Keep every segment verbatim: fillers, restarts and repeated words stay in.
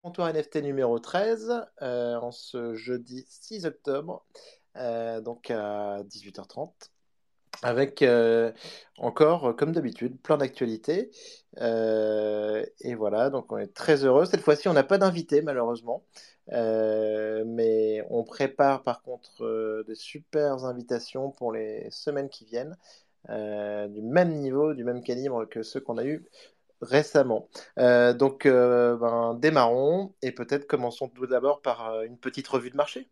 Comptoir N F T numéro treize, euh, en ce jeudi six octobre, euh, donc à dix-huit heures trente, avec euh, encore, euh, comme d'habitude, plein d'actualités. Euh, et voilà, donc on est très heureux. Cette fois-ci, on n'a pas d'invité, malheureusement. Euh, mais on prépare par contre euh, des super invitations pour les semaines qui viennent, euh, du même niveau, du même calibre que ceux qu'on a eus récemment. Euh, donc, euh, ben, démarrons et peut-être commençons tout d'abord par euh, une petite revue de marché.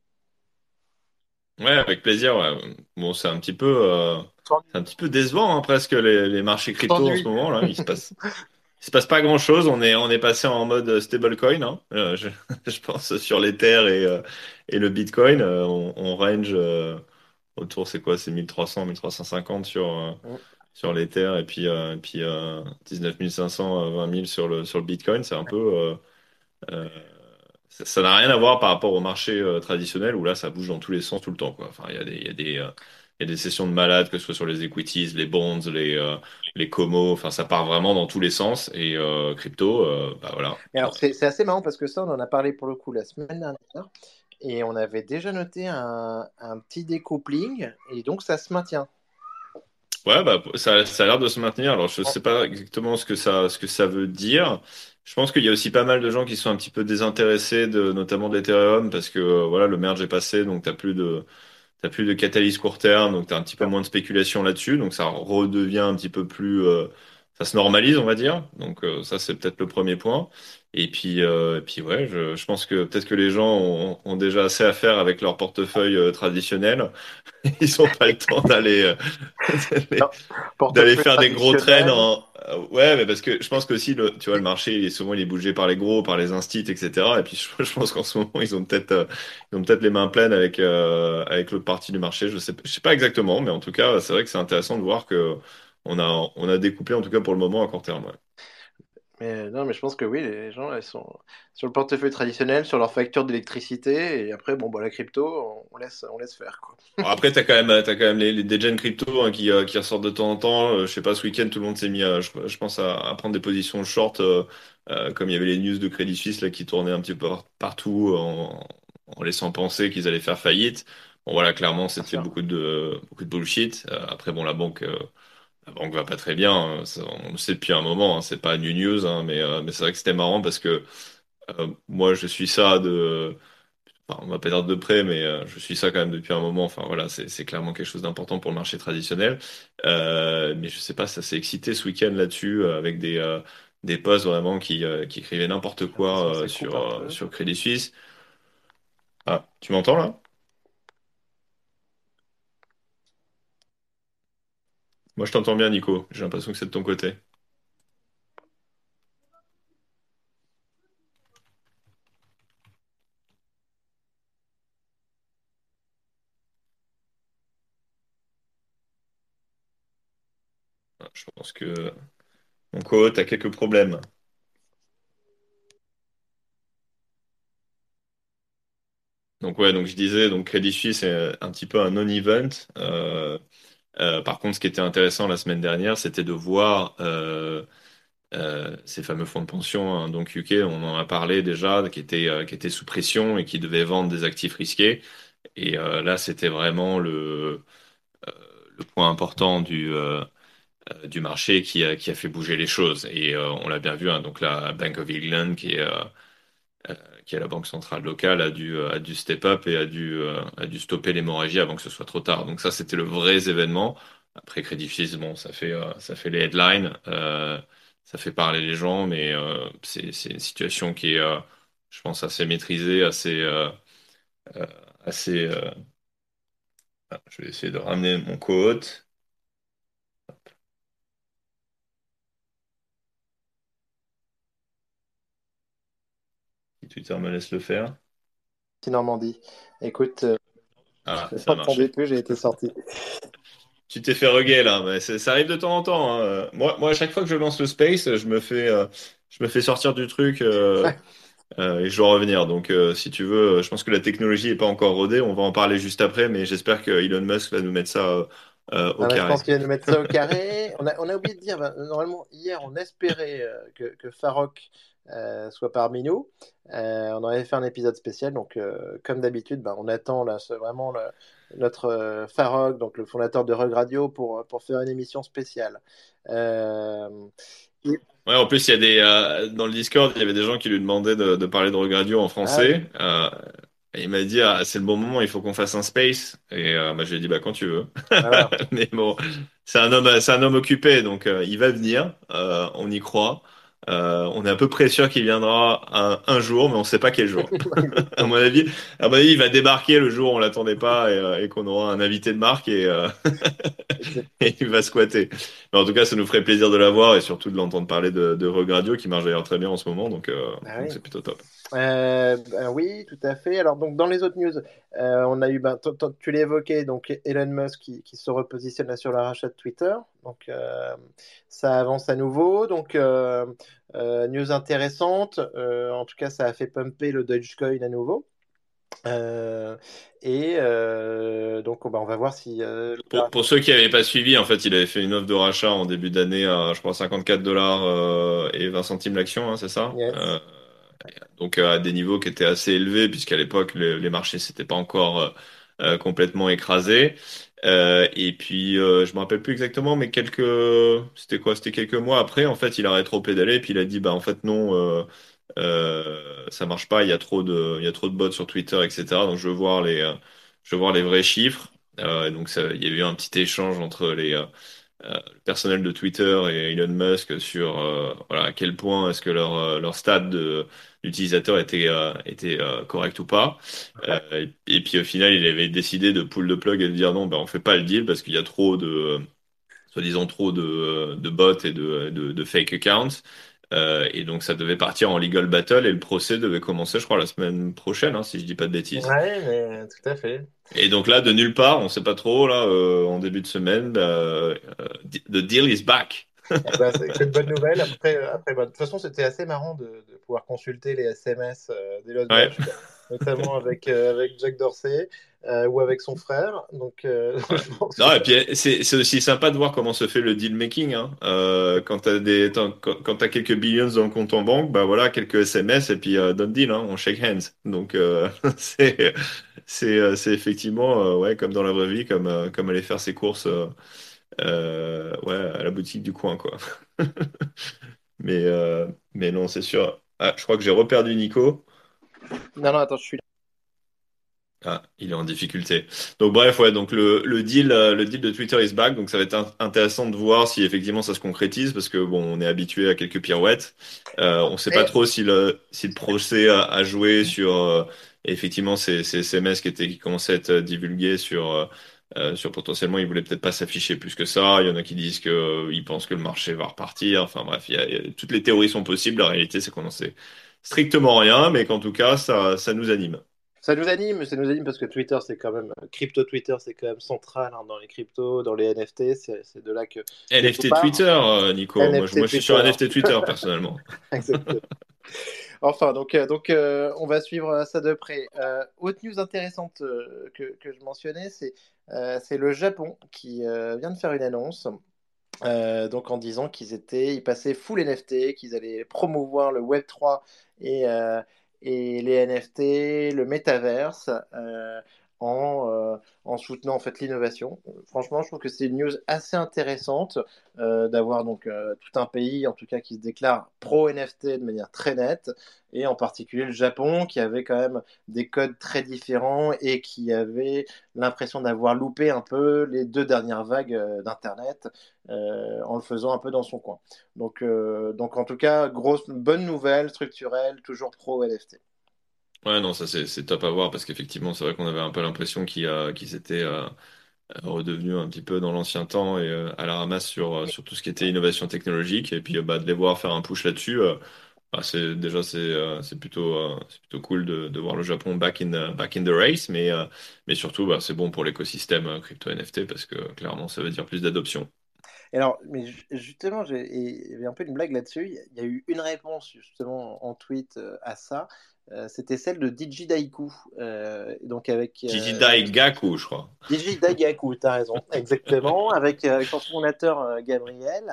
Ouais, avec plaisir. Ouais. Bon, c'est un petit peu, euh, c'est un petit peu décevant, hein, presque les, les marchés crypto en ce S'ennuie. moment là. Il se passe, il se passe pas grand-chose. On est, on est passé en mode stablecoin, hein. Euh, je, je pense sur l'Ether et, euh, et le Bitcoin, euh, on, on range euh, autour, c'est quoi? C'est mille trois cents, mille trois cent cinquante sur euh, Mm. sur l'Ether et puis euh, et puis euh, dix-neuf mille cinq cents, euh, vingt mille sur le sur le Bitcoin. C'est un peu euh, euh, ça ça n'a rien à voir par rapport au marché euh, traditionnel où là, ça bouge dans tous les sens tout le temps, quoi. Enfin, il y a des, il y a des, euh, il y a des sessions de malades, que ce soit sur les equities, les bonds, les, euh, les comos. Enfin, ça part vraiment dans tous les sens. Et euh, crypto, euh, bah voilà. Et alors, c'est c'est assez marrant parce que ça, on en a parlé pour le coup la semaine dernière et on avait déjà noté un, un petit découpling et donc ça se maintient. Ouais, bah, ça, ça a l'air de se maintenir. Alors, je sais pas exactement ce que ça, ce que ça veut dire. Je pense qu'il y a aussi pas mal de gens qui sont un petit peu désintéressés de, notamment d'Ethereum parce que, euh, voilà, le merge est passé, donc t'as plus de, T'as plus de catalyse court terme, donc t'as un petit peu moins de spéculation là-dessus, donc ça redevient un petit peu plus, euh, ça se normalise, on va dire. Donc euh, ça c'est peut-être le premier point. Et puis, euh, et puis ouais, je, je pense que peut-être que les gens ont, ont déjà assez à faire avec leur portefeuille euh, traditionnel. Ils ont pas le temps d'aller euh, d'aller Non, d'aller portefeuille faire des gros trades traditionnel. en euh, ouais, mais parce que je pense qu'aussi le tu vois le marché il est souvent il est bougé par les gros, par les instits, et cetera. Et puis je, je pense qu'en ce moment ils ont peut-être euh, ils ont peut-être les mains pleines avec euh, avec l'autre partie du marché. Je sais je sais pas exactement, mais en tout cas c'est vrai que c'est intéressant de voir que on a on a découplé en tout cas pour le moment à court terme. Ouais. Mais non, mais je pense que oui, les gens elles sont sur le portefeuille traditionnel, sur leur facture d'électricité et après, bon, bah, la crypto, on laisse, on laisse faire, quoi. Bon, après, t'as quand même, t'as quand même les, les des crypto hein, qui, euh, qui ressortent de temps en temps. Euh, je sais pas, ce week-end, tout le monde s'est mis à, je, je pense, à, à prendre des positions short, euh, euh, comme il y avait les news de Crédit Suisse là, qui tournaient un petit peu par- partout en, en laissant penser qu'ils allaient faire faillite. Bon, voilà, clairement, Bien c'était sûr. beaucoup de, beaucoup de bullshit. Euh, après, bon, la banque, euh, la banque va pas très bien. Hein, ça, on le sait depuis un moment. Hein, c'est pas new news, hein, mais, euh, mais c'est vrai que c'était marrant parce que euh, moi, je suis ça de enfin, on va pas dire de près, mais euh, je suis ça quand même depuis un moment. Enfin voilà, c'est c'est clairement quelque chose d'important pour le marché traditionnel. Euh, mais je sais pas, ça s'est excité ce week-end là-dessus euh, avec des euh, des posts vraiment qui euh, qui écrivaient n'importe J'ai l'impression que quoi euh, ça coupe sur un euh, peu. sur Crédit Suisse. Ah, tu m'entends là? Moi je t'entends bien, Nico. J'ai l'impression que c'est de ton côté. Ah, je pense que mon co a quelques problèmes. Donc ouais, donc je disais, donc Crédit Suisse est un petit peu un non-event. Euh, euh, par contre, ce qui était intéressant la semaine dernière, c'était de voir euh, euh, ces fameux fonds de pension, hein, donc U K, on en a parlé déjà, qui étaient, euh, qui étaient sous pression et qui devaient vendre des actifs risqués. Et euh, là, c'était vraiment le, le point important du, euh, euh, du marché qui a, qui a fait bouger les choses. Et euh, on l'a bien vu, hein, donc la Bank of England, qui est, euh, euh, qui est la banque centrale locale, a dû, euh, a dû step up et a dû, euh, a dû stopper l'hémorragie avant que ce soit trop tard. Donc ça, c'était le vrai événement. Après Credit Suisse, bon, ça fait, euh, ça fait les headlines, euh, ça fait parler les gens, mais euh, c'est, c'est une situation qui est, euh, je pense, assez maîtrisée, assez, euh, euh, assez. euh, ah, je vais essayer de ramener mon co-hôte. Si Twitter me laisse le faire. Petit Normandie. Écoute, euh, Ah, je ça a n'entendais marché. plus, j'ai été sorti. Tu t'es fait reguer là, mais c'est- ça arrive de temps en temps. Hein. Euh, Moi, moi, à chaque fois que je lance le space, je me fais, euh, je me fais sortir du truc euh, euh, et je dois revenir. Donc, euh, si tu veux, euh, je pense que la technologie est pas encore rodée. On va en parler juste après, mais j'espère que Elon Musk va nous mettre ça euh, euh, au Ah bah, je pense carré. qu'il va nous mettre ça au carré. On a, on a oublié de dire, bah, normalement, hier, on espérait euh, que, que Farok euh, soit parmi nous. Euh, on avait fait un épisode spécial, donc euh, comme d'habitude, ben, on attend là, c'est vraiment le- notre euh, Farog, donc le fondateur de Rug Radio, pour, pour faire une émission spéciale. Euh, et- Ouais, en plus, il y a des, euh, dans le Discord, il y avait des gens qui lui demandaient de, de parler de Rogue Radio en Ah oui, français. Euh, et il m'a dit, ah, c'est le bon moment, il faut qu'on fasse un space. Et euh, bah, je lui ai dit, bah, quand tu veux. voilà. Mais bon, c'est un homme, c'est un homme occupé, donc euh, il va venir. Euh, on y croit. Euh, on est à peu près sûr qu'il viendra un, un jour, mais on sait pas quel jour. À mon Exactement. avis, à mon avis, il va débarquer le jour où on l'attendait pas et, euh, et qu'on aura un invité de marque et, euh, et Exactement. il va squatter. Mais en tout cas, ça nous ferait plaisir de l'avoir et surtout de l'entendre parler de, de Rogue Radio qui marche d'ailleurs très bien en ce moment, donc euh, Ah donc oui. c'est plutôt top. Euh, ben oui, tout à fait. Alors, donc, dans les autres news, euh, on a eu, ben, t- t- tu l'as évoqué, donc Elon Musk qui, qui se repositionne là sur le rachat de Twitter. Donc, euh, ça avance à nouveau. Donc, euh, euh, news intéressante. Euh, en tout cas, ça a fait pumper le Dogecoin à nouveau. Euh, et euh, donc, ben, on va voir si euh, Pour, pour l'opération. ceux qui n'avaient pas suivi, en fait, il avait fait une offre de rachat en début d'année à, je crois, cinquante-quatre dollars euh, et vingt centimes l'action, hein, c'est ça? Yes. Euh, donc euh, à des niveaux qui étaient assez élevés, puisqu'à l'époque, le- les marchés s'étaient pas encore euh, euh, complètement écrasés. Euh, et puis, euh, je me rappelle plus exactement, mais quelques, c'était quoi? C'était quelques mois après, en fait, il a rétro-pédalé, puis il a dit, bah, en fait, non, euh, euh, ça marche pas, il y a trop de, il y a trop de bots sur Twitter, et cetera. Donc, je veux voir les, euh, je veux voir les vrais chiffres. Euh, et donc, ça, il y a eu un petit échange entre les, euh, euh, le personnel de Twitter et Elon Musk sur euh, voilà, à quel point est-ce que leur, euh, leur stade de, d'utilisateur était, euh, était euh, correct ou pas. Euh, et, et puis au final, il avait décidé de pull the plug et de dire non, ben, on fait pas le deal parce qu'il y a trop de, soi-disant trop de, de bots et de, de, de fake accounts. Euh, et donc ça devait partir en legal battle et le procès devait commencer, je crois, la semaine prochaine, hein, si je dis pas de bêtises. Ouais, mais tout à fait. Et donc là, de nulle part, on sait pas trop, là, euh, en début de semaine, bah, euh, the deal is back. Eh ben, c'est c'est une bonne nouvelle. Après, euh, après bah, de toute façon, c'était assez marrant de, de pouvoir consulter les S M S euh, d'Elon Ouais. Musk, notamment avec, euh, avec Jack Dorsey euh, ou avec son frère. Donc, euh, Ouais. je pense que Non, et puis c'est c'est aussi sympa de voir comment se fait le deal making. Hein. Euh, quand t'as des t'as- quand, quand t'as quelques billions dans le compte en banque, bah voilà, quelques S M S et puis euh, done deal, hein, on shake hands. Donc euh, c'est c'est euh, c'est effectivement euh, ouais comme dans la vraie vie, comme euh, comme aller faire ses courses euh, euh, ouais à la boutique du coin quoi. Mais euh, mais non, c'est sûr. Ah, je crois que j'ai reperdu Nico. non, non, attends, je suis là. Ah, il est en difficulté. Donc bref, ouais, donc le, le deal, euh, le deal de Twitter is back. Donc ça va être in- intéressant de voir si effectivement ça se concrétise parce que bon, on est habitué à quelques pirouettes. Euh, on sait pas Mais trop si le si le procès a, a joué sur euh, effectivement ces, ces S M S qui étaient qui commençaient à être divulgués sur euh, euh, sur potentiellement ils voulaient peut-être pas s'afficher plus que ça. Il y en a qui disent que euh, ils pensent que le marché va repartir. Enfin bref, il y a, il y a- toutes les théories sont possibles. La réalité c'est qu'on en sait strictement rien, mais qu'en tout cas ça ça nous anime. ça nous anime, ça nous anime parce que Twitter, c'est quand même, euh, crypto Twitter, c'est quand même central hein, dans les cryptos, dans les N F T. C'est c'est de là que, que tout N F T part. Twitter, euh, Nico. Moi, je, N F T moi, je suis sur Twitter. N F T Twitter, personnellement. Exactement. Enfin, donc, euh, donc euh, on va suivre euh, ça de près. Euh, autre news intéressante euh, que, que je mentionnais, c'est euh, c'est le Japon qui euh, vient de faire une annonce. Euh, donc en disant qu'ils étaient, ils passaient full N F T, qu'ils allaient promouvoir le Web trois et, euh, et les N F T, le métaverse, euh, en, euh, en soutenant en fait l'innovation. Franchement, je trouve que c'est une news assez intéressante euh, d'avoir donc euh, tout un pays, en tout cas, qui se déclare pro N F T de manière très nette, et en particulier le Japon, qui avait quand même des codes très différents et qui avait l'impression d'avoir loupé un peu les deux dernières vagues euh, d'Internet euh, en le faisant un peu dans son coin. Donc, euh, donc en tout cas, grosse, bonne nouvelle, structurelle, toujours pro L F T. Ouais, non, ça, c'est c'est top à voir parce qu'effectivement, c'est vrai qu'on avait un peu l'impression qu'ils euh, qu'ils étaient euh, redevenus un petit peu dans l'ancien temps et euh, à la ramasse sur, euh, sur tout ce qui était innovation technologique. Et puis, euh, bah, de les voir faire un push là-dessus, euh, bah, c'est, déjà, c'est euh, c'est plutôt, euh, c'est plutôt cool de, de voir le Japon back in, the- back in the race. Mais, euh, mais surtout, bah, c'est bon pour l'écosystème euh, crypto-N F T parce que clairement, ça veut dire plus d'adoption. Et alors, mais ju- justement, j'ai- et il y avait un peu une blague là-dessus. Il y a il y a eu une réponse justement en tweet euh, à ça. Euh, C'était celle de Digi Daiku, euh, donc avec euh, Jijidai Gaku, je crois. Digi Daigaku, t'as raison, exactement, avec, euh, avec son fondateur euh, Gabriel.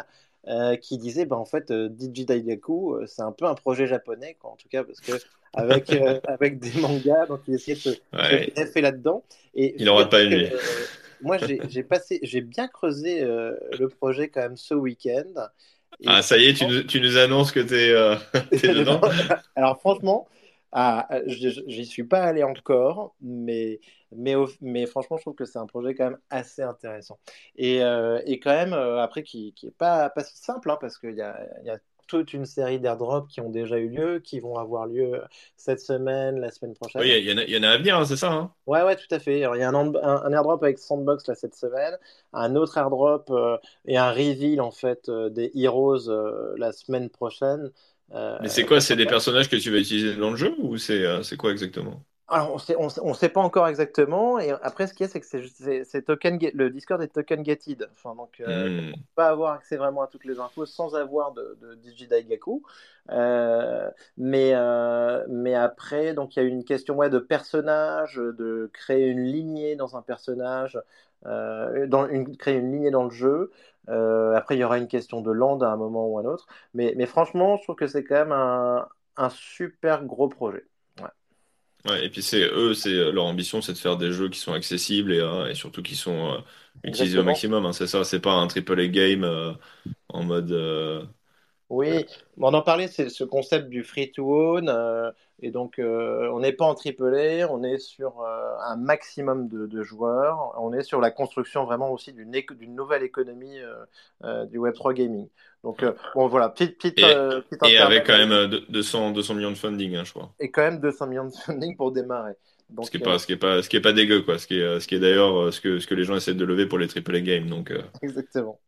euh, qui disait, bah, en fait, euh, Digidaigaku, euh, c'est un peu un projet japonais, quoi, en tout cas, parce que avec, euh, avec des mangas, donc il essayait de se, se Ouais, greffer là-dedans. Et il en rate figure pas une, que lui. euh, moi, j'ai j'ai passé, j'ai bien creusé euh, le projet quand même ce week-end. Et Ah, ça y est, tu franchement, nous, tu nous annonces que t'es euh, t'es dedans? alors franchement, ah, je- j'y suis pas allé encore, mais, mais, au- mais franchement, je trouve que c'est un projet quand même assez intéressant. Et, euh, et quand même, euh, après, qui, qui est pas, pas si simple, hein, parce qu'il y a, il y a toute une série d'airdrops qui ont déjà eu lieu, qui vont avoir lieu cette semaine, la semaine Oui, prochaine. il y, en a, il y en a à venir, hein, c'est ça, hein? Ouais, ouais, tout à fait. Alors, il y a un, and- un, un airdrop avec Sandbox là, cette semaine, un autre airdrop euh, et un reveal en fait euh, des Heroes euh, la semaine prochaine. Mais c'est Euh, quoi? C'est des personnages que tu vas utiliser dans le jeu ou c'est euh, c'est quoi exactement? Alors, on sait, on, sait on sait pas encore exactement. Et après, ce qu'il y a, c'est que c'est c'est- c'est token, ga- le Discord est token gated. Enfin, donc, euh, on peut Hmm. pas avoir accès vraiment à toutes les infos sans avoir de, de Digidaigaku. Euh, mais, euh, mais après, donc, il y a une question ouais, de personnage, de créer une lignée dans un personnage, euh, dans une, créer une lignée dans le jeu. Euh, après, il y aura une question de land à un moment ou à un autre. Mais, mais franchement, je trouve que c'est quand même un, un super gros projet. Ouais, Ouais, et puis c'est eux, c'est euh, leur ambition, c'est de faire des jeux qui sont accessibles et, euh, et surtout qui sont euh, utilisés au exactement. maximum, hein, c'est ça, c'est pas un triple A game euh, en mode. euh, Oui, on en parlait, c'est ce concept du free to own. Euh, et donc, euh, on n'est pas en triple A, on est sur euh, un maximum de, de joueurs. On est sur la construction vraiment aussi d'une éco- d'une nouvelle économie euh, euh, du web trois gaming. Donc, ouais. euh, bon, voilà, petite, petite, Et, euh, petite et avec intermède quand même là-dessus. euh, de- deux cents, deux cents millions de funding, hein, je crois. Et quand même deux cents millions de funding pour démarrer. Ce qui est Donc, euh, pas, ce qui est pas, ce qui est pas dégueu, quoi. Ce qui est, euh, ce qui est d'ailleurs euh, ce que, ce que les gens essaient de lever pour les triple A games. Donc, euh, exactement.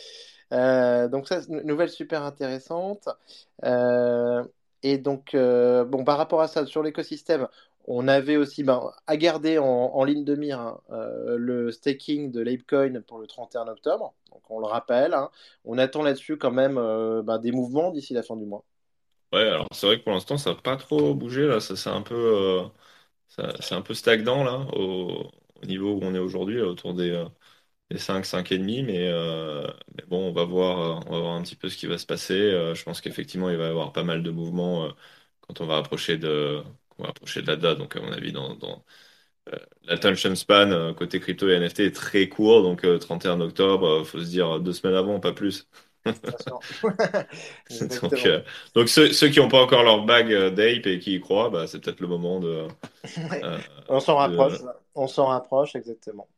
Euh, donc ça, c'est une nouvelle super intéressante. Euh, et donc, euh, bon, par rapport à ça, sur l'écosystème, on avait aussi ben, à garder en, en ligne de mire hein, euh, le staking de l'Apecoin pour le trente et un octobre. Donc on le rappelle, hein. On attend là-dessus quand même euh, ben, des mouvements d'ici la fin du mois. ouais, alors c'est vrai que pour l'instant, ça n'a pas trop bougé, là. Ça, c'est un peu, euh, ça- c'est un peu stagnant, là, au, au niveau où on est aujourd'hui, là, autour des, euh, des cinq, cinq et demi. Mais, euh, mais bon, on va voir, euh, on va voir un petit peu ce qui va se passer. Euh, je pense qu'effectivement, il va y avoir pas mal de mouvements euh, quand on va approcher de, on va approcher de la date. Donc, à mon avis, dans, dans l'attention span euh, côté crypto et N F T est très court. Donc, euh, trente et un octobre, euh, faut se dire deux semaines avant, pas plus. Bien sûr. Donc, Exactement. euh, donc ceux, ceux qui n'ont pas encore leur bague euh, d'Ape et qui y croient, bah, c'est peut-être le moment de, Ouais. euh, On s'en rapproche. de... On s'en rapproche, exactement.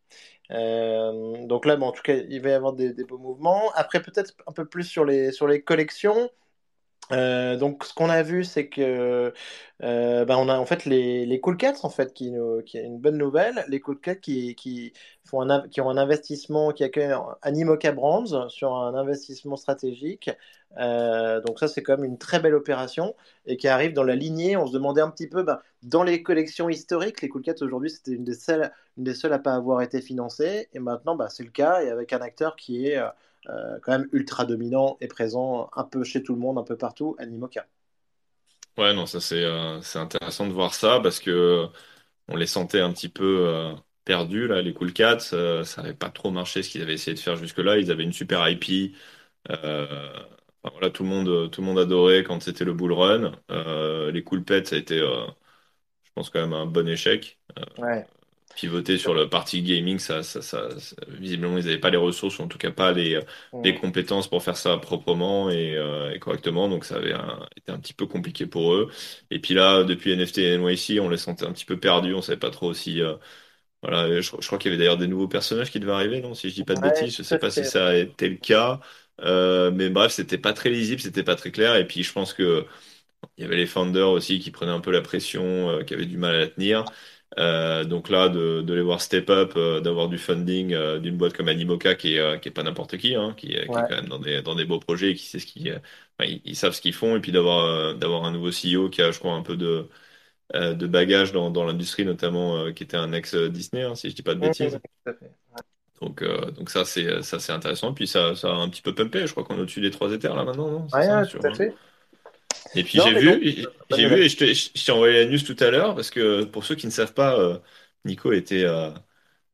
Euh, donc là, bon, en tout cas, il va y avoir des, des beaux mouvements. Après, peut-être un peu plus sur les, sur les collections. Euh, donc, ce qu'on a vu, c'est que euh, ben, on a en fait les, les Cool Cats, en fait, qui, nous- qui est une bonne nouvelle. Les Cool Cats qui, qui font un, av- qui ont un investissement, qui accueillent Animoca Brands sur un investissement stratégique. Euh, donc, ça, c'est quand même une très belle opération et qui arrive dans la lignée. On se demandait un petit peu, ben, dans les collections historiques, les Cool Cats aujourd'hui, c'était une des seules, une des seules à pas avoir été financées. Et maintenant, ben, c'est le cas et avec un acteur qui est. euh, euh, quand même ultra dominant et présent un peu chez tout le monde, un peu partout, Animoca. Ouais, non, ça c'est euh, c'est intéressant de voir ça parce que euh, on les sentait un petit peu euh, perdus, là, les Cool Cats. Euh, ça n'avait pas trop marché ce qu'ils avaient essayé de faire jusque-là. Ils avaient une super I P. Euh, enfin, voilà, tout le monde, tout le monde adorait quand c'était le bull run. Euh, les Cool Pets, ça a été, euh, je pense, quand même un bon échec. Ouais. Pivoter sur le parti gaming, ça, ça, ça, ça- visiblement, ils n'avaient pas les ressources, ou en tout cas pas les, les Mm. compétences pour faire ça proprement et, euh, et correctement. Donc, ça avait un- été un petit peu compliqué pour eux. Et puis là, depuis N F T et N Y C, on les sentait un petit peu perdus. On savait pas trop si. euh, voilà, je, je crois qu'il y avait d'ailleurs des nouveaux personnages qui devaient arriver, non? Si je dis pas de Ouais, bêtises, je tout sais à pas si fait. ça a été le cas. Euh, mais bref, c'était pas très lisible, c'était pas très clair. Et puis, je pense que il y avait les founders aussi qui prenaient un peu la pression, euh, qui avaient du mal à la tenir. Euh, donc là, de, de les voir step up, euh, d'avoir du funding euh, d'une boîte comme Animoca qui est, euh, qui est pas n'importe qui, hein, qui, est- qui est Ouais. quand même dans des, dans des beaux projets, qui sait ce qui, euh, enfin, ils, ils savent ce qu'ils font, et puis d'avoir euh, d'avoir un nouveau C E O qui a, je crois, un peu de, euh, de bagage dans, dans l'industrie, notamment euh, qui était un ex-Disney, hein, si je dis pas de Mm, mm, bêtises. tout à fait. Donc, euh, donc ça, c'est ça, c'est intéressant. Puis ça, ça a un petit peu pumpé. Je crois qu'on est au-dessus des trois éthers là maintenant, non? C'est Ouais, ça, ouais, tout sur, à euh, fait. et puis Non, j'ai mais donc, vu, bonne j'ai vu nouvelle. et je t'ai je t'ai envoyé la news tout à l'heure parce que pour ceux qui ne savent pas, euh, Nico était, euh,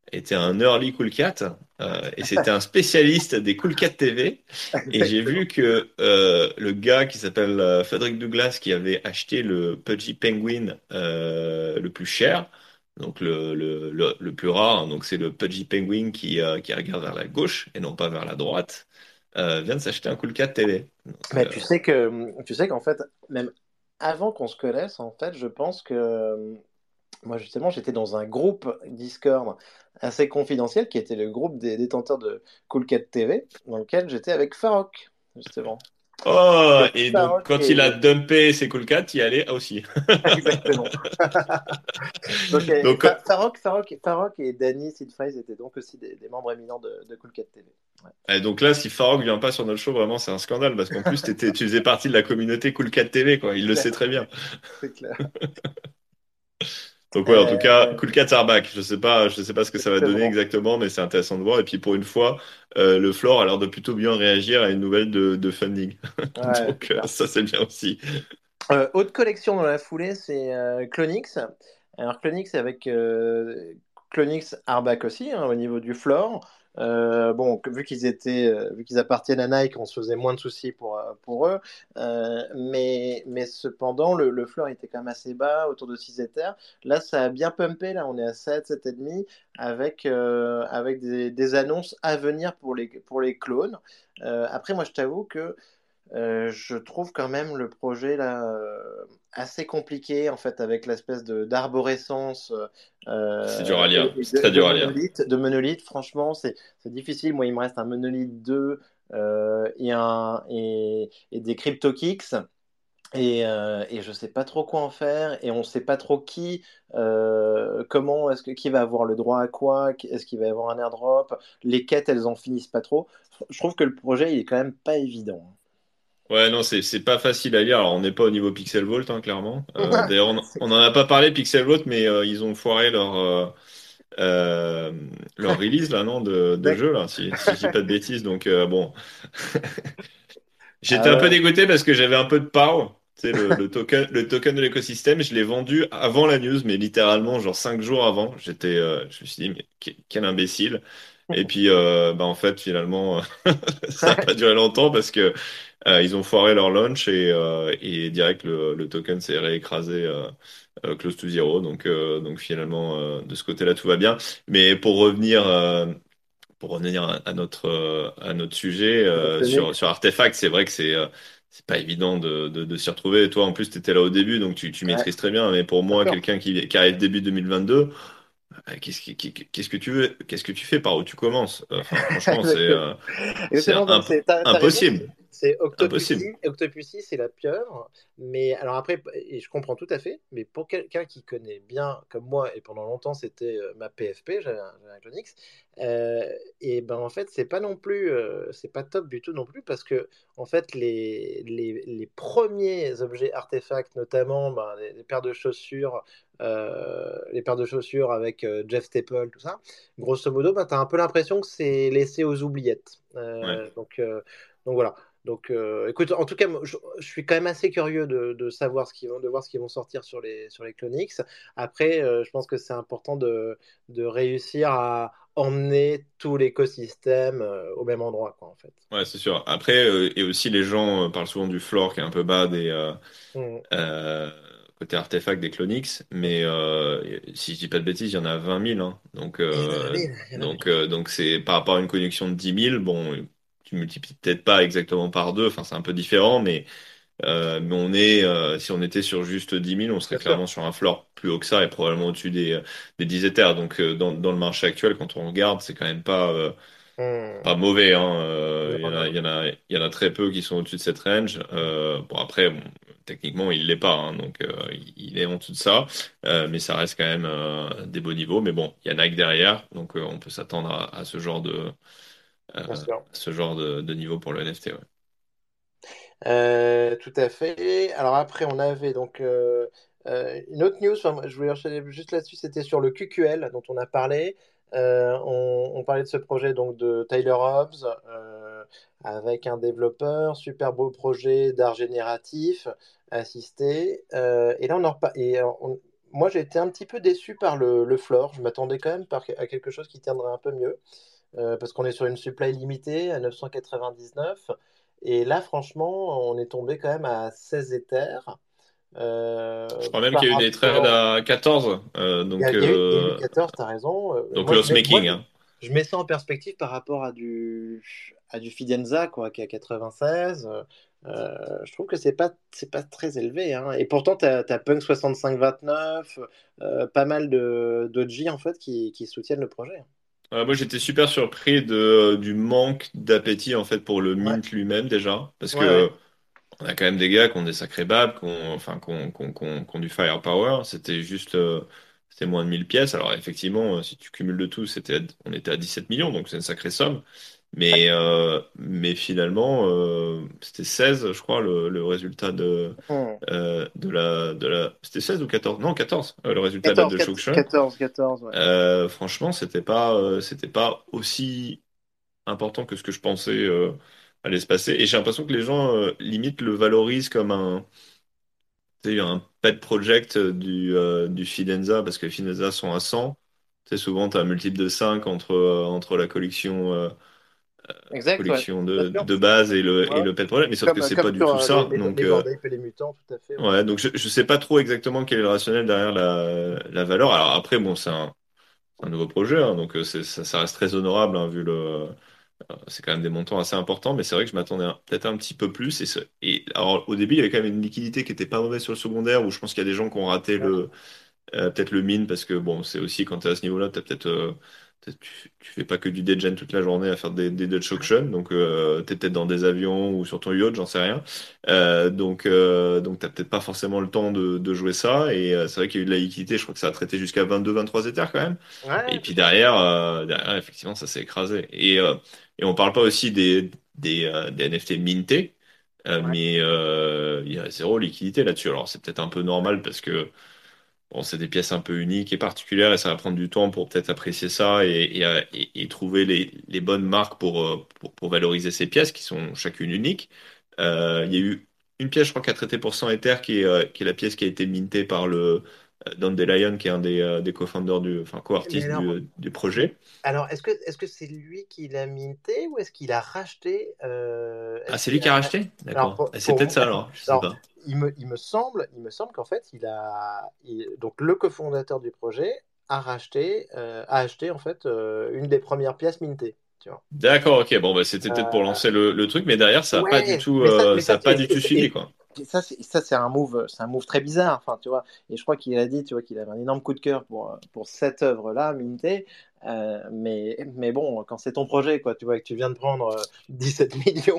était un early Coolcat euh, et c'était un spécialiste des Coolcat T V. Et j'ai Exactement. vu que euh, le gars qui s'appelle euh, Frederick Douglas, qui avait acheté le Pudgy Penguin euh, le plus cher, donc le, le, le, le plus rare, hein, donc c'est le Pudgy Penguin qui, euh, qui regarde vers la gauche et non pas vers la droite, euh, vient de s'acheter un Coolcat T V. Donc, Mais euh, tu sais que, tu sais qu'en fait, même avant qu'on se connaisse, en fait, je pense que moi, justement, j'étais dans un groupe Discord assez confidentiel qui était le groupe des détenteurs de Cool Cat T V, dans lequel j'étais avec Farok, justement. Oh, Et et donc Farok quand il a est... dumpé ses Coolcat, il y allait aussi. Exactement. Donc, et Donc, Fa- Farok, Farok, Farok et Danny Sidfrize étaient donc aussi des, des membres éminents de, de Cool Cat T V. Ouais, Et donc là, si Farok vient pas sur notre show, vraiment, c'est un scandale parce qu'en plus, t'étais, tu faisais partie de la communauté Cool Cat T V, quoi. c'est Il le clair, sait très bien. c'est clair. Donc ouais, en tout cas, Euh, Cool Cat are back. Je sais pas, je sais pas ce que ça va donner exactement. exactement, mais c'est intéressant de voir. Et puis pour une fois, euh, le floor a l'air de plutôt bien réagir à une nouvelle de, de funding. Ouais, c'est Donc euh, clair. ça, c'est bien aussi. Euh, autre collection dans la foulée, c'est euh, Clonix. Alors Clonix, c'est avec euh, Clonix Arbac aussi, hein, au niveau du floor. Euh, bon, que- vu qu'ils étaient, euh, vu qu'ils appartiennent à Nike, on se faisait moins de soucis pour, euh, pour eux. Euh, mais, mais cependant, le, le floor était quand même assez bas, autour de six Ethers. Là, ça a bien pumpé. Là, on est à sept, sept virgule cinq, avec, euh, avec des, des annonces à venir pour les, pour les clones. Euh, après, moi, je t'avoue que euh, je trouve quand même le projet là euh, assez compliqué en fait avec l'espèce de d'arborescence C'est dur euh, à lire. et, et C'est de, très de dur à lire. monolithe. De monolithe, franchement, c'est c'est difficile. Moi, il me reste un monolithe deux euh, et un et, et des CryptoKicks. Et, euh, et je sais pas trop quoi en faire et on sait pas trop qui euh, comment est-ce que qui va avoir le droit à quoi, est-ce qu'il va y avoir un airdrop, les quêtes elles en finissent pas trop. Je trouve que le projet il est quand même pas évident. Ouais, non, c'est c'est pas facile à lire. Alors, on n'est pas au niveau Pixel Vault, hein, clairement. Euh, Ouais, d'ailleurs, on, c'est on en clair. a pas parlé Pixel Vault, mais euh, ils ont foiré leur euh, euh, leur release là, non, de, de D'ac- jeu là, si si je dis pas de bêtises. Donc euh, bon, j'étais Ah un peu ouais. dégoûté parce que j'avais un peu de power. Tu sais, le, le token, le token de l'écosystème, je l'ai vendu avant la news, mais littéralement, genre cinq jours avant. J'étais, euh, je me suis dit, mais que- quel imbécile. Et puis, euh, bah, en fait, finalement, ça n'a pas duré longtemps parce que euh, ils ont foiré leur launch et, euh, et direct, le, le token s'est réécrasé euh, euh, close to zero. Donc, euh, donc finalement, euh, de ce côté-là, tout va bien. Mais pour revenir, euh, pour revenir à, à notre euh, à notre sujet euh, sur Phoenix. sur Artefact, c'est vrai que c'est euh, c'est pas évident de, de, de s'y retrouver. Toi, en plus, tu étais là au début, donc tu, tu Ouais, maîtrises très bien. Mais pour bien moi, sûr. quelqu'un qui, qui arrive début deux mille vingt-deux, euh, qu'est-ce qui- qui- qu'est-ce que tu veux? Qu'est-ce que tu fais? Par où tu commences? Enfin, franchement, c'est Exactement. euh, c'est Exactement, non, imp- c'est, t'as, t'as raison, impossible. c'est, c'est Impossible. Octopussy. Octopussy, c'est la pieuvre. Mais alors après, et je comprends tout à fait, mais pour quelqu'un qui connaît bien, comme moi, et pendant longtemps, c'était euh, ma P F P, j'avais un, j'avais un Clonix, euh, et ben en fait, c'est pas non plus, euh, c'est pas top du tout non plus, parce que en fait, les, les, les premiers objets artefacts, notamment ben, les, les paires de chaussures, euh, les paires de chaussures avec euh, Jeff Staple, tout ça, grosso modo, bah, tu as un peu l'impression que c'est laissé aux oubliettes. Ouais. Euh, donc, euh, donc voilà. Donc, euh, écoute, en tout cas, moi, je, je suis quand même assez curieux de, de savoir ce qu'ils vont, de voir ce qu'ils vont sortir sur les, sur les Clonix. Après, euh, je pense que c'est important de, de réussir à emmener tout l'écosystème euh, au même endroit, quoi, en fait. Ouais, c'est sûr. Après, euh, et aussi les gens euh, parlent souvent du floor qui est un peu bas des euh, Mm. euh, côté artefact des Clonix, mais euh, si je dis pas de bêtises, il y en a vingt mille, hein. Donc, Il y en a euh, vingt mille, il y en a vingt donc, mille. euh, donc c'est par rapport à une connexion de dix mille, bon, tu multiplies peut-être pas exactement par deux, enfin c'est un peu différent, mais, euh, mais on est, euh, si on était sur juste dix mille, on serait Bien clairement sûr. sur un floor plus haut que ça et probablement au-dessus des, des dix Ethers. Donc, euh, dans, dans le marché actuel, quand on regarde, c'est quand même pas, euh, pas Mm. mauvais, hein. Euh, Non, Il y en a, non, il y en non. a, il y en a très peu qui sont au-dessus de cette range. Euh, bon, après, bon, techniquement, il l'est pas, hein, donc euh, il il est en dessous de ça. Euh, mais ça reste quand même euh, des beaux niveaux. Mais bon, il y a Nike derrière, donc euh, on peut s'attendre à, à ce genre de, Bien euh, sûr. ce genre de, de niveau pour le N F T. Ouais. Euh, tout à fait. Alors après, on avait donc euh, euh, une autre news, enfin, moi, je voulais enchaîner juste là-dessus, c'était sur le Q Q L dont on a parlé. Euh, on, on parlait de ce projet donc de Tyler Hobbs euh, avec un développeur, super beau projet d'art génératif assisté. Euh, et là, on en repa- et on- moi, j'ai été un petit peu déçu par le, le floor. Je m'attendais quand même par- à quelque chose qui tiendrait un peu mieux, euh, parce qu'on est sur une supply limitée à neuf cent quatre-vingt-dix-neuf. Et là, franchement, on est tombé quand même à seize Ethers. Je Euh, crois même par qu'il y a eu des trades rapport. à quatorze. Euh, Il y a, donc, il y a eu, il y a eu euh, quatorze, t'as raison. Euh, donc moi, je loss mets, moi making, je, hein. je mets ça en perspective par rapport à du, à du Fidenza, quoi, qui est à quatre-vingt-seize. Euh, je trouve que c'est pas, c'est pas très élevé, hein. Et pourtant, tu as, Punk soixante-cinq vingt-neuf, euh, pas mal de d'O G en fait, qui, qui soutiennent le projet. Euh, moi, j'étais super surpris de, du manque d'appétit en fait pour le Ouais, mint lui-même déjà, parce ouais, ouais. que on a quand même des gars qui ont des sacrés babs, qui ont, enfin, qui ont, qui ont- qui ont- qui ont du firepower. C'était juste, euh, c'était moins de mille pièces. Alors effectivement, euh, si tu cumules le tout, c'était, on était à dix-sept millions, donc c'est une sacrée somme. Mais, euh, mais finalement, euh, c'était seize, je crois, le, le résultat de, Hmm. euh, de la, de la, c'était seize ou quatorze? Non, quatorze, euh, le résultat de, quatorze, de Shawshank. quatorze, quatorze, ouais. Euh, franchement, c'était pas, euh, c'était pas aussi important que ce que je pensais euh, allait se passer. Et j'ai l'impression que les gens euh, limite le valorisent comme un, tu sais, un pet project du, euh, du Fidenza, parce que les Fidenza sont à cent. Tu sais, souvent, tu as un multiple de cinq entre, euh, entre la collection, euh, Exact, ouais. collection Bien de, sûr. de base et le, Ouais, et ouais. le pet project. Mais sauf que Comme, c'est comme pas du sur tout euh, les, ça. les, Donc, les euh, Bored Ape et les mutants, tout à fait, ouais. ouais, donc je, je sais pas trop exactement quel est le rationnel derrière la, la valeur. Alors après, bon, c'est un, c'est un nouveau projet, hein, donc euh, c'est, ça, ça reste très honorable, hein, vu le. C'est quand même des montants assez importants, mais c'est vrai que je m'attendais un- peut-être un petit peu plus. Et, ce- et alors, au début, il y avait quand même une liquidité qui était pas mauvaise sur le secondaire, où je pense qu'il y a des gens qui ont raté Ouais. le, euh, peut-être le mine, parce que bon, c'est aussi quand tu es à ce niveau-là, t'as peut-être, euh, peut-être tu, tu fais pas que du degen toute la journée à faire des, des Dutch auction, donc euh, tu es peut-être dans des avions ou sur ton yacht, j'en sais rien. Euh, donc, euh, donc tu peut-être pas forcément le temps de, de jouer ça. Et euh, c'est vrai qu'il y a eu de la liquidité, je crois que ça a traité jusqu'à vingt-deux vingt-trois Ethers quand même. Et Ouais, puis tout à fait. derrière, euh, derrière effectivement, ça s'est écrasé. Et, euh, et on parle pas aussi des, des, euh, des N F T mintés. Euh, Ouais. mais euh, il y a zéro liquidité là-dessus. Alors c'est peut-être un peu normal parce que bon, c'est des pièces un peu uniques et particulières et ça va prendre du temps pour peut-être apprécier ça et, et, euh, et- et trouver les, les bonnes marques pour, euh, pour, pour valoriser ces pièces qui sont chacune uniques. Euh, il y a eu une pièce, je crois, qui a traité pour cent Ether, qui est, euh, qui est la pièce qui a été mintée par le euh, Dandelion, qui est un des, euh, des co-founders du, enfin, Mais co-artistes alors, du, du projet. alors est-ce que est-ce que c'est lui qui l'a minté ou est-ce qu'il a racheté euh, Ah, est-ce c'est qu'il lui qui a a ra- racheté? alors D'accord. pour, Ah, c'est pour peut-être moi- ça alors, je sais alors pas. il me, il me semble il me semble qu'en fait il a il- donc le cofondateur du projet a racheté euh, a acheté en fait euh, une des premières pièces mintées, tu vois. D'accord, ok. Bon, bah, c'était peut-être pour Euh, lancer le, le truc, mais derrière, ça a pas du Ouais, tout, mais ça, euh, mais ça ça, a pas et, du tout et- suivi, et- quoi. et ça, c'est, ça, c'est un move, c'est un move très bizarre. Enfin, tu vois. Et je crois qu'il a dit, tu vois, qu'il avait un énorme coup de cœur pour, pour cette œuvre-là, Minté. Euh, mais, mais bon, quand c'est ton projet, quoi, tu vois, que tu viens de prendre euh, dix-sept millions,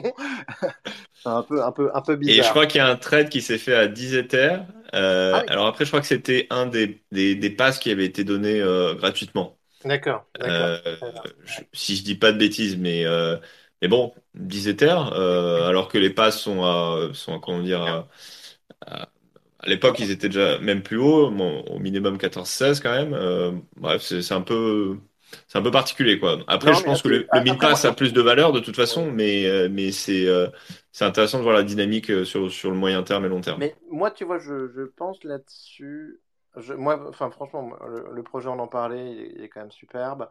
c'est un peu, un peu, un peu Et je bizarre. crois qu'il y a un trade qui s'est fait à dix Ethers. Ah Euh, oui, alors après, je crois que c'était un des, des, des passes qui avait été donné euh, gratuitement. d'accord, d'accord. Euh, Très bien. je- si je dis pas de bêtises, mais, euh, mais bon, dix Ethers, euh, alors que les passes sont à, sont à, comment dire, à, à- à l'époque, ils étaient déjà même plus hauts, bon, au minimum quatorze seize quand même. Euh, bref, c'est c'est un peu, c'est un peu particulier, quoi. Après, Non, je mais pense que après, le, le mille après moi, pass a moi- plus de valeur de toute façon, mais, euh, mais c'est euh, c'est intéressant de voir la dynamique euh, sur, sur le moyen terme et long terme. Mais moi, tu vois, je, je pense là-dessus. Je, moi, enfin, franchement, moi, le, le projet, on en parlait, il est, il est quand même superbe.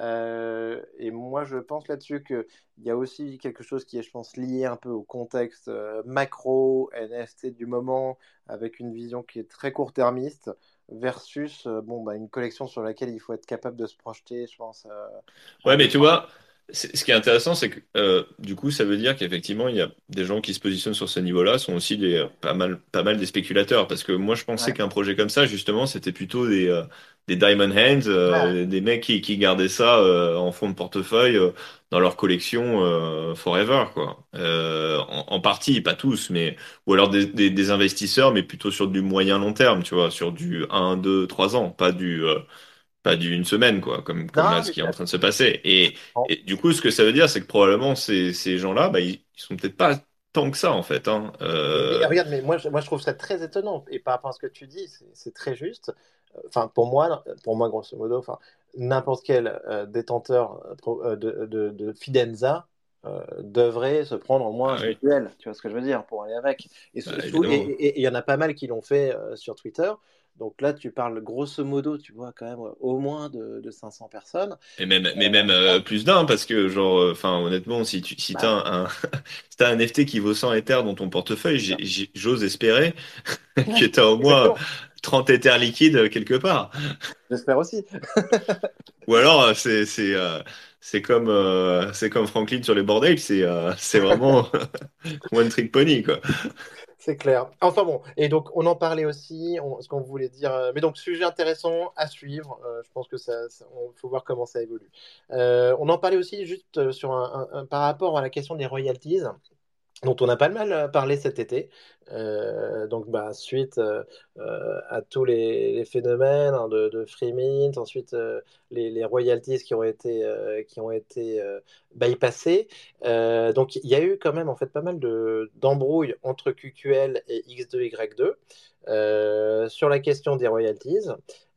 Euh, et moi, je pense là-dessus qu'il y a aussi quelque chose qui est, je pense, lié un peu au contexte euh, macro, N F T du moment, avec une vision qui est très court-termiste, versus euh, bon, bah, une collection sur laquelle il faut être capable de se projeter, je pense, euh, à Ouais, mais deux tu trois vois, c'est- ce qui est intéressant, c'est que euh, du coup, ça veut dire qu'effectivement, il y a des gens qui se positionnent sur ce niveau-là, sont aussi des, euh, pas mal, pas mal des spéculateurs. Parce que moi, je pensais Ouais. qu'un projet comme ça, justement, c'était plutôt des, euh, des diamond hands, Ouais. euh, des mecs qui, qui gardaient ça euh, en fond de portefeuille euh, dans leur collection euh, forever, quoi. Euh, en, en partie, pas tous, mais ou alors des, des, des investisseurs, mais plutôt sur du moyen long terme, tu vois, sur du un, deux, trois ans, pas du euh, pas d'une semaine, quoi, comme, comme là, Non, ce mais qui est je- en train de se passer. Et, bon. et du coup, ce que ça veut dire, c'est que probablement ces, ces gens-là, bah, ils, ils sont peut-être pas tant que ça, en fait, hein. Mais, mais Euh, regarde, mais moi, je- moi je trouve ça très étonnant. Et par rapport à ce que tu dis, c'est c'est très juste. Enfin, pour moi, pour moi, grosso modo, enfin, n'importe quel euh, détenteur euh, pro- euh, de, de, de Fidenza euh, devrait se prendre au moins un ah oui, visuel, tu vois ce que je veux dire, pour aller avec. Et bah, ce- sous- et- évidemment. et- et il y en a pas mal qui l'ont fait euh, sur Twitter. Donc là, tu parles grosso modo, tu vois, quand même au moins de, de cinq cents personnes. Et même, mais même euh, plus d'un, parce que, genre, euh, enfin, honnêtement, si tu si t'as Bah, un, un- si t'as un N F T qui vaut cent Ethers dans ton portefeuille, c'est j'ai- ça. j'ai- j'ose espérer que Ouais, t'as au moins exactement. trente Ethers liquides euh, quelque part. J'espère aussi. Ou alors, euh, c'est c'est euh, c'est comme, euh, c'est comme Franklin sur les bordels, c'est euh, c'est vraiment one trick pony, quoi. C'est clair. Enfin bon, et donc on en parlait aussi, on- ce qu'on voulait dire. euh, Mais donc sujet intéressant à suivre. euh, je pense que ça, ça- on faut voir comment ça évolue. Euh, on en parlait aussi juste euh, sur un, un- un- par rapport à la question des royalties, dont on a pas mal euh, parlé cet été. Euh, donc, bah, suite euh, euh, à tous les, les phénomènes hein, de, de free mint, ensuite euh, les, les royalties qui ont été, euh, qui ont été euh, bypassées. Euh, donc, il y a eu quand même en fait pas mal de, d'embrouilles entre Q Q L et X deux Y deux euh, sur la question des royalties.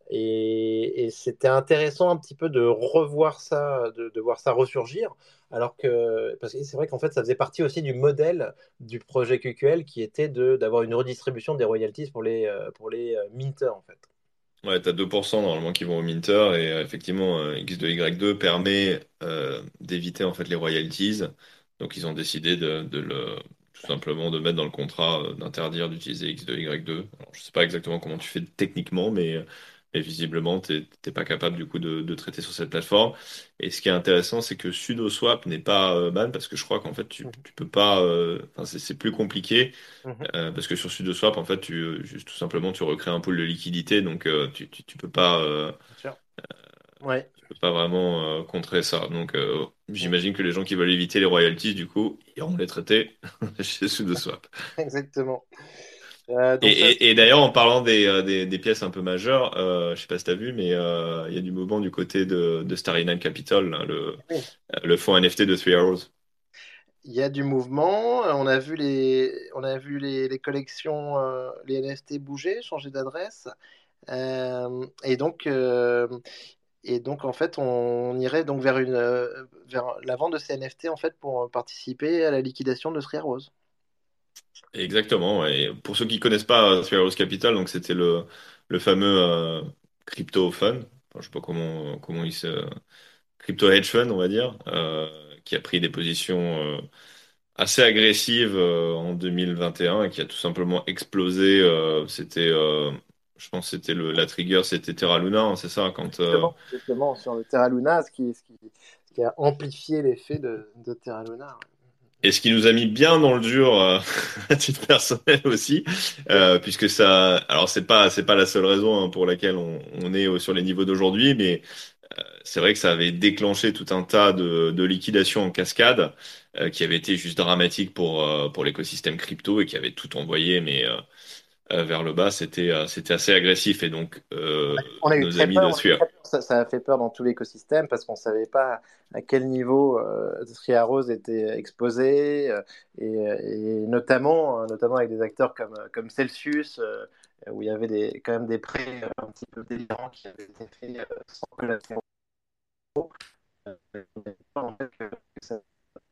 Et, et c'était intéressant un petit peu de revoir ça, de, de voir ça ressurgir. Alors que, parce que c'est vrai qu'en fait, ça faisait partie aussi du modèle du projet Q Q L qui était de d'avoir une redistribution des royalties pour les, euh, pour les euh, minters, en fait. Ouais, t'as deux pour cent normalement qui vont au minter et euh, effectivement euh, X deux Y deux permet euh, d'éviter en fait les royalties. Donc ils ont décidé de, de le tout simplement de mettre dans le contrat euh, d'interdire d'utiliser X deux Y deux. Alors, je sais pas exactement comment tu fais techniquement, mais, mais visiblement t'es t'es pas capable du coup de, de traiter sur cette plateforme. Et ce qui est intéressant, c'est que SudoSwap n'est pas euh, ban parce que je crois qu'en fait tu, Mhm, tu peux pas. euh, Enfin c'est c'est plus compliqué. mhm, Euh, parce que sur SudoSwap, en fait, tu, euh, juste tout simplement, tu recrées un pool de liquidité, donc euh, tu, tu, tu peux pas, euh, bien sûr. Ouais. tu peux pas vraiment euh, contrer ça. Donc, euh, Mhm. j'imagine que les gens qui veulent éviter les royalties, du coup, iront les traiter chez SudoSwap. Exactement. Euh, Et, donc ça, et, et d'ailleurs, en parlant des, euh, des, des pièces un peu majeures, euh, je sais pas si tu as vu, mais euh, il y a du mouvement du côté de, de Starry Night Capital, là, le, oui, le fonds N F T de Three Arrows. il y a du mouvement. On a vu les, on a vu les, les collections, euh, les N F T bouger, changer d'adresse. Euh, et donc, euh, et donc en fait, on irait donc vers une, euh, vers la vente de ces N F T en fait pour participer à la liquidation de Three Arrows. Exactement. Ouais. Et pour ceux qui connaissent pas euh, Three Arrows Capital, donc c'était le, le fameux euh, crypto fund. Enfin, je sais pas comment comment il se crypto hedge fund, on va dire, euh, qui a pris des positions euh, assez agressives euh, en deux mille vingt et un et un et qui a tout simplement explosé. euh, c'était, euh, je pense, que c'était le la trigger, c'était Terra Luna, hein, c'est ça, quand euh, Justement, justement, sur le Terra Luna, ce qui, ce qui, ce qui a amplifié l'effet de, de Terra Luna. et ce qui nous a mis bien dans le dur euh, à titre personnel aussi, Ouais. euh, puisque ça, alors c'est pas c'est pas la seule raison hein, pour laquelle on, on est au- sur les niveaux d'aujourd'hui, mais c'est vrai que ça avait déclenché tout un tas de, de liquidations en cascade euh, qui avaient été juste dramatiques pour euh, pour l'écosystème crypto et qui avaient tout envoyé mais euh, euh, vers le bas. C'était euh, c'était assez agressif et donc euh, On a eu nos très amis peur, de on a eu Sphere. très peur. Ça, ça a fait peur dans tout l'écosystème parce qu'on ne savait pas à quel niveau euh, Tria Rose était exposé euh, et, et notamment, euh, notamment avec des acteurs comme, comme Celsius euh, où il y avait des, quand même des prêts euh, un petit peu délirants qui avaient été faits euh, sans collatéraux. Euh, en fait, que- que ça-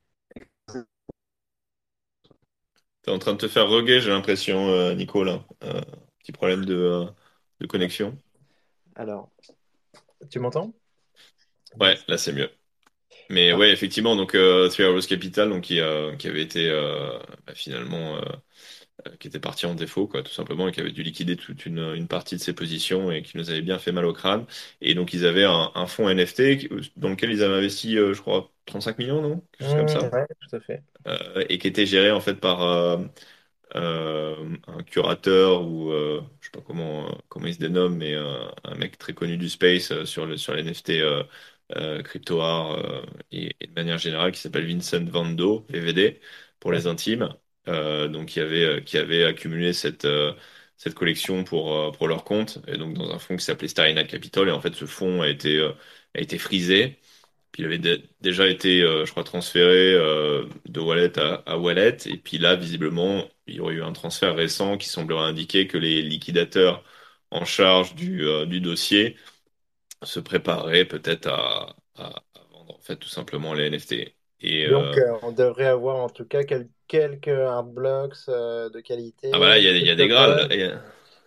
T'es en train de te faire rugger, j'ai l'impression, euh, Nico, là. Euh, petit problème de, euh, de connexion. Alors, tu m'entends? Ouais, Mince. là c'est mieux. Mais Ah. ouais, effectivement, donc euh, Three Arrows Capital, donc qui, euh, qui avait été euh, bah, finalement euh, euh, qui était parti en défaut, quoi, tout simplement, et qui avait dû liquider toute une, une partie de ses positions et qui nous avait bien fait mal au crâne. Et donc, ils avaient un, un fonds N F T qui- dans lequel ils avaient investi, euh, je crois, trente-cinq millions, non? Quelque chose comme Mmh, ça. ouais, tout à fait. Euh, et qui était géré, en fait, par euh, euh, un curateur ou, euh, je sais pas comment, euh, comment il se dénomme, mais euh, un mec très connu du space euh, sur le, sur les N F T euh, euh, crypto art euh, et, et de manière générale, qui s'appelle Vincent Van Do, V V D, pour les Mmh. intimes. Euh, donc, qui avait, euh, qui avait accumulé cette, euh, cette collection pour, euh, pour leur compte, et donc dans un fonds qui s'appelait Starry Night Capital. Et en fait, ce fonds a été, euh, a été frisé. Puis il avait dé- déjà été, euh, je crois, transféré euh, de wallet à, à wallet. Et puis là, visiblement, il y aurait eu un transfert récent qui semblerait indiquer que les liquidateurs en charge du, euh, du dossier se prépareraient peut-être à, à- à vendre en fait tout simplement les N F T. Et Donc, euh, euh, on devrait avoir en tout cas quel- quelques art blocks euh, de ah bah là, qualité, il y a, il y a des Graals. CryptoPunk. Il y a,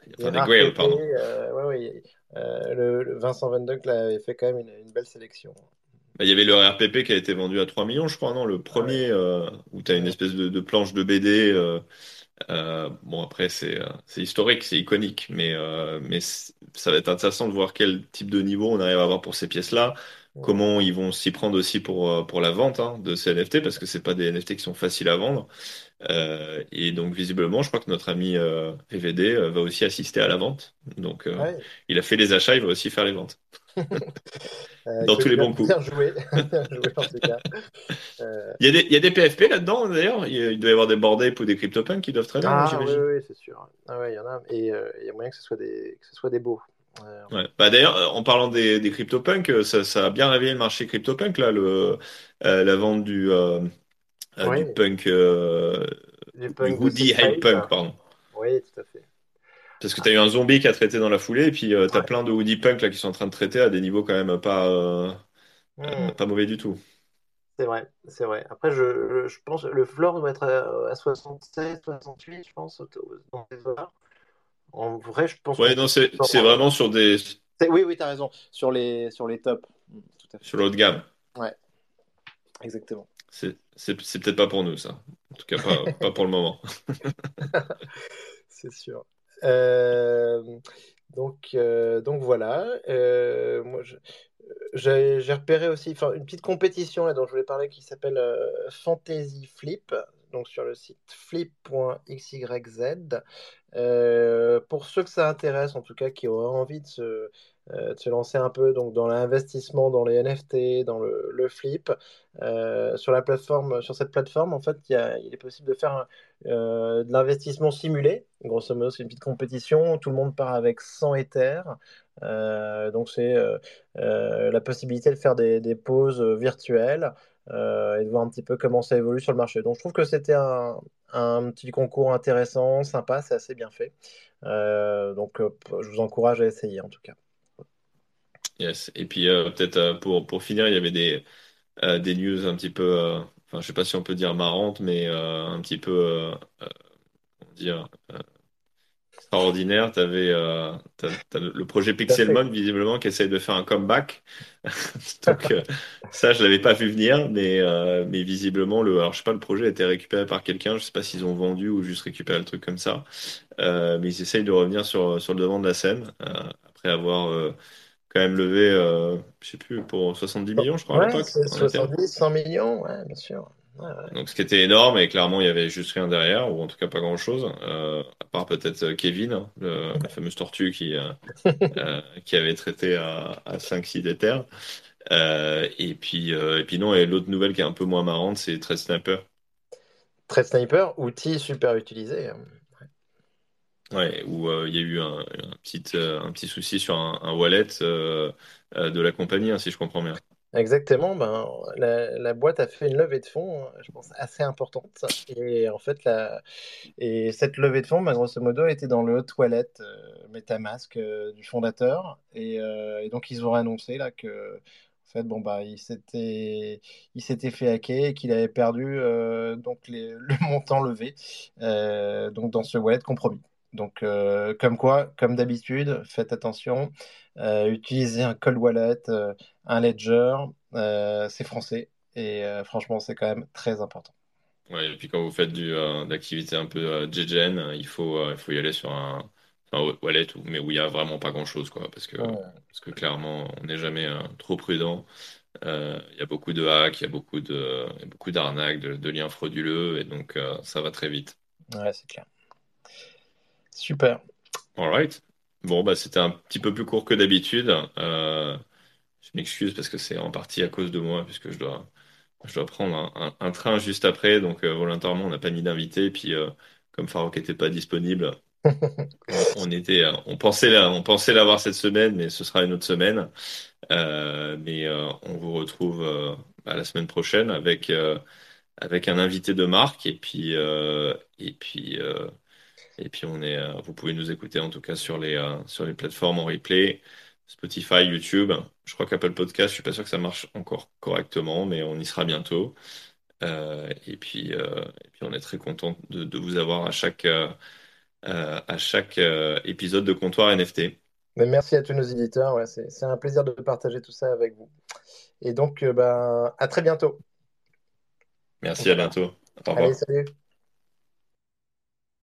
Des enfin des rares Grail, P P, pardon. euh, ouais, ouais, euh, le, le Vincent Van Dijk là, avait fait quand même une, une belle sélection. Bah, il y avait le R P P qui a été vendu à trois millions, je crois, non? Le Ah ouais. premier, euh, où tu as une Mm. espèce de, de planche de B D. euh, euh, bon, après, c'est euh, c'est historique, c'est iconique, mais, euh, mais c- ça va être intéressant de voir quel type de niveau on arrive à avoir pour ces pièces-là. Mm. Comment ils vont s'y prendre aussi pour, euh, pour la vente hein, de ces N F T, parce que c'est pas des N F T qui sont faciles à vendre. Euh, et donc, visiblement, je crois que notre ami euh, V V D euh, va aussi assister à la vente. Donc, euh, Ouais. il a fait les achats, il va aussi faire les ventes. Euh, Dans tous écoute, les bien, bons coups. bien joué, bien joué en tout cas. Euh, Il y a des, il y a des P F P là-dedans, d'ailleurs. Il, il doit y avoir des Bored Ape ou des CryptoPunks qui doivent traîner, non, Ah oui, j'imagine. oui, oui, c'est sûr. Ah ouais, il y en a. Et euh, il y a moyen que ce soit des, que ce soit des beaux. Euh, Ouais. Bah, d'ailleurs, euh, en parlant des, des CryptoPunks, euh, ça, ça a bien réveillé le marché CryptoPunk, là, le, euh, la vente du, euh, euh, du oui, punk, euh, du du punk de hoodie Six hype Eight. punk, pardon. Oui, tout à fait. Parce que Ah, t'as eu un zombie qui a traité dans la foulée, et puis euh, t'as ouais. plein de hoodie punk là qui sont en train de traiter à des niveaux quand même pas, euh, euh, Hmm, pas mauvais du tout. c'est vrai, c'est vrai. Après, je, je pense que le floor doit être à, à soixante-sept, soixante-huit, je pense, au- dans ces heures. En vrai, je pense qu'on Ouais, peut non, c'est c'est encore. euh, vraiment sur des c'est- Oui, oui, t'as raison. Sur les, sur les tops. Hmm, tout à fait. sur le haut de gamme. Ouais, exactement. C'est c'est c'est peut-être pas pour nous ça. En tout cas pas pas pour le moment. C'est sûr. Euh, donc, euh, donc voilà. Euh, moi, je- j'ai j'ai repéré aussi enfin, une petite compétition là, dont je voulais parler qui s'appelle euh, Fantasy Flip, donc sur le site flip.xyz. Euh, pour ceux que ça intéresse, en tout cas, qui auraient envie de se, euh, de se lancer un peu donc, dans l'investissement, dans les N F T, dans le, le flip, euh, sur la plateforme, sur cette plateforme, en fait, il y a- il est possible de faire euh, de l'investissement simulé. Grosso modo, c'est une petite compétition. Tout le monde part avec cent Ethers. Euh, donc, c'est euh, euh, la possibilité de faire des, des pauses virtuelles euh, et de voir un petit peu comment ça évolue sur le marché. Donc, je trouve que c'était un, un petit concours intéressant, sympa, c'est assez bien fait. Euh, donc, euh, je vous encourage à essayer en tout cas. Yes. Et puis euh, peut-être euh, pour pour finir, il y avait des euh, des news un petit peu euh, enfin je sais pas si on peut dire marrantes mais euh, un petit peu euh, euh, comment dire extraordinaire. T'avais euh, t'as, t'as le le projet Tout à fait. Pixelmon visiblement qui essaye de faire un comeback. Donc euh, ça, je l'avais pas vu venir, mais euh, mais visiblement le, alors je sais pas, le projet a été récupéré par quelqu'un. Je sais pas s'ils ont vendu ou juste récupéré le truc comme ça. Euh, mais ils essayent de revenir sur sur le devant de la scène euh, après avoir euh, quand même levé, euh, je sais plus, pour soixante-dix millions, je crois à Ouais, l'époque c'est en Ether. soixante-dix, cent millions, ouais, bien sûr. Ouais, ouais. Donc ce qui était énorme et clairement il y avait juste rien derrière ou en tout cas pas grand-chose. Euh, à part peut-être euh, Kevin, hein, le- la fameuse tortue qui euh, euh, qui avait traité à, à cinq six d'Ether. Euh, et puis, euh, et puis non, et l'autre nouvelle qui est un peu moins marrante, c'est Thread Sniper. Très sniper, outil super utilisé, hein. Ouais, où euh, il y a eu un, un petit, euh, un petit souci sur un, un wallet euh, euh, de la compagnie, hein, si je comprends bien. Exactement, ben, la, la boîte a fait une levée de fonds, hein, je pense, assez importante. Et en fait, la, et cette levée de fonds, ben, grosso modo, était dans le hot wallet euh, MetaMask euh, du fondateur. Et, euh, et donc, ils ont annoncé là que, en fait, bon, bah, il s'était, il s'était fait hacker et qu'il avait perdu euh, donc les- le montant levé euh, donc dans ce wallet compromis. Donc, euh, comme quoi, comme d'habitude, faites attention, euh, utilisez un cold wallet, euh, un ledger, euh, c'est français et euh, franchement, c'est quand même très important. Ouais, et puis quand vous faites du, euh, d'activité un peu euh, J G N, euh, il faut, euh, il faut y aller sur un, un wallet où, mais où il y a vraiment pas grand-chose, quoi, parce que, Ouais. parce que clairement, on n'est jamais euh, trop prudent. Euh, Il y a beaucoup de hacks, il y a beaucoup de, il y a beaucoup d'arnaques, de, de liens frauduleux, et donc euh, ça va très vite. Ouais, c'est clair. Super. Alright. Bon, bah, c'était un petit peu plus court que d'habitude. Euh, je m'excuse parce que c'est en partie à cause de moi, puisque je dois, je dois prendre un, un- un train juste après. Donc, euh, volontairement, on n'a pas mis d'invité. Et puis, euh, comme Farouk n'était pas disponible, on, on était, euh, on pensait la- on pensait l'avoir cette semaine, mais ce sera une autre semaine. Euh, mais euh, on vous retrouve euh, à la semaine prochaine avec, euh, avec un invité de marque. Et puis, euh, et puis, euh, Et puis on est, euh, vous pouvez nous écouter en tout cas sur les, euh, sur les plateformes en replay, Spotify, YouTube. Je crois qu'Apple Podcast, je suis pas sûr que ça marche encore correctement, mais on y sera bientôt. Euh, et puis, euh, et puis on est très content de, de vous avoir à chaque, euh, euh, à chaque euh, épisode de Comptoir N F T. Mais merci à tous nos éditeurs. Ouais, c'est c'est un plaisir de partager tout ça avec vous. Et donc, euh, ben, à très bientôt. Merci, à Voilà. bientôt. Au Allez, revoir. salut.